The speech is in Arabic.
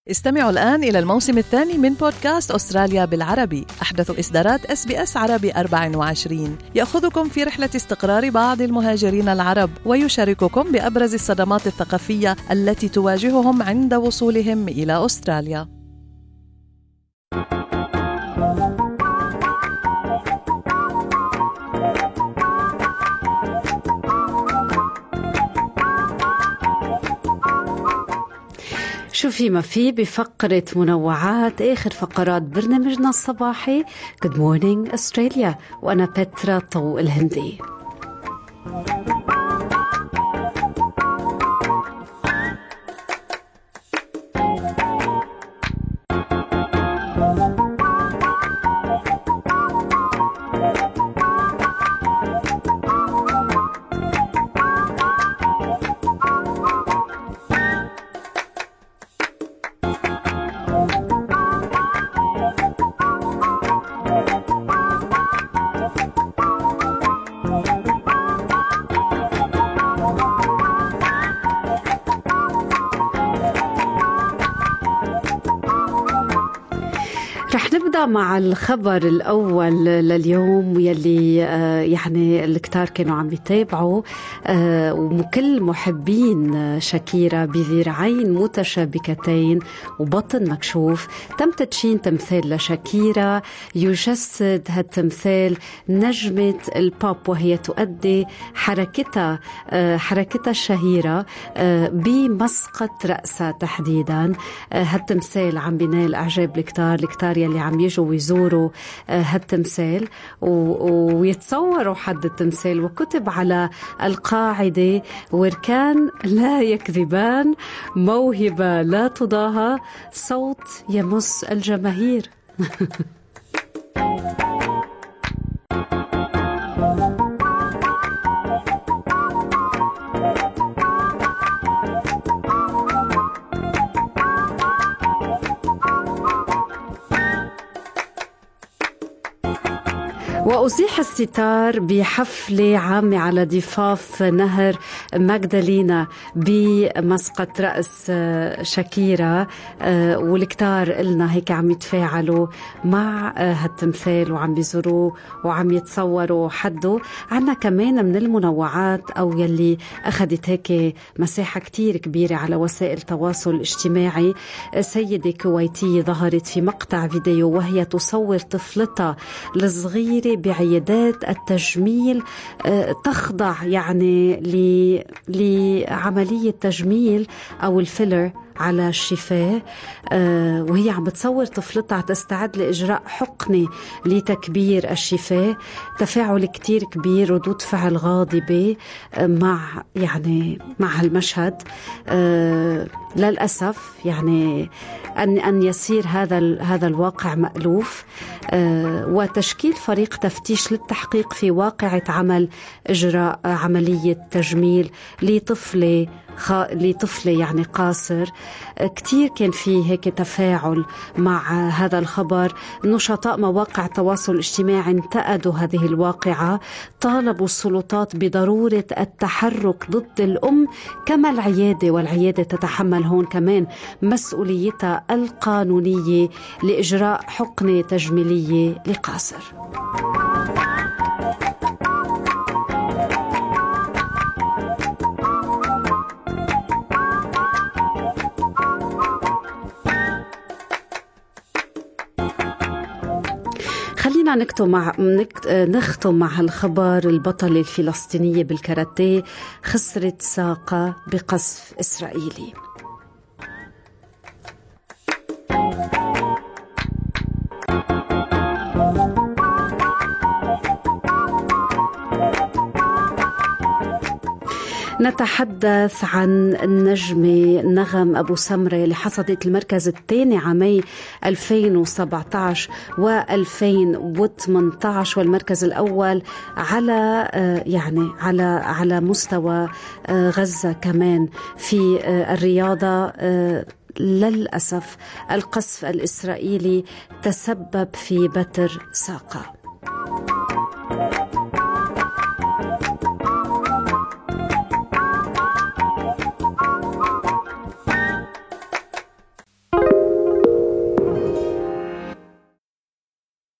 استمعوا الآن إلى الموسم الثاني من بودكاست أستراليا بالعربي، أحدث إصدارات SBS عربي 24، يأخذكم في رحلة استقرار بعض المهاجرين العرب ويشارككم بأبرز الصدمات الثقافية التي تواجههم عند وصولهم إلى أستراليا. شوفي ما في بفقرة منوعات آخر فقرات برنامجنا الصباحي Good Morning Australia، وأنا بترا طو الهندي. رح نبدأ مع الخبر الأول لليوم يلي يعني الكتار كانوا عم يتابعوا، وكل محبين شاكيرا بذراعين متشابكتين وبطن مكشوف تم تدشين تمثال لشاكيرا يجسد هالتمثال نجمة البوب، وهي تؤدي حركتها الشهيرة بمسقط رأسها تحديدا. هالتمثال عم بينال إعجاب الكتار يلي عم يجوا ويزوروا هالتمثال ويتصوروا حد التمثال، وكتب على القاعدة وركان لا يكذبان، موهبة لا تضاهى، صوت يمس الجماهير. وأزيح الستار بحفلة عامة على ضفاف نهر ماغدالينا بمسقط رأس شاكيرا، والكتار قلنا هيك عم يتفاعلوا مع هالتمثال وعم بيزوروه وعم يتصوروا حده. عنا كمان من المنوعات أو يلي أخذت هيك مساحة كتير كبيرة على وسائل التواصل الاجتماعي، سيدة كويتية ظهرت في مقطع فيديو وهي تصور طفلتها الصغيرة بعيادات التجميل، تخضع يعني لعملية تجميل أو الفيلر على الشفاه، وهي عم بتصور طفلتها تستعد لإجراء حقنة لتكبير الشفاه. تفاعل كتير كبير، ردود فعل غاضبة مع هالمشهد. للأسف يعني أن يصير هذا الواقع مألوف، وتشكيل فريق تفتيش للتحقيق في واقعة عمل إجراء عملية تجميل لطفلة يعني قاصر. كتير كان فيه هيك تفاعل مع هذا الخبر. نشطاء مواقع التواصل الاجتماعي انتقدوا هذه الواقعة، طالبوا السلطات بضرورة التحرك ضد الأم كما العيادة، والعيادة تتحمل هون كمان مسؤوليتها القانونية لإجراء حقنة تجميلية لقاصر. خلينا نختم مع هالخبر. البطلة الفلسطينية بالكاراتيه خسرت ساقة بقصف إسرائيلي. نتحدث عن النجمة نغم أبو سمرة اللي حصدت المركز الثاني عامي 2017 و2018 والمركز الأول على مستوى غزة كمان في الرياضة. للأسف القصف الإسرائيلي تسبب في بتر ساقة.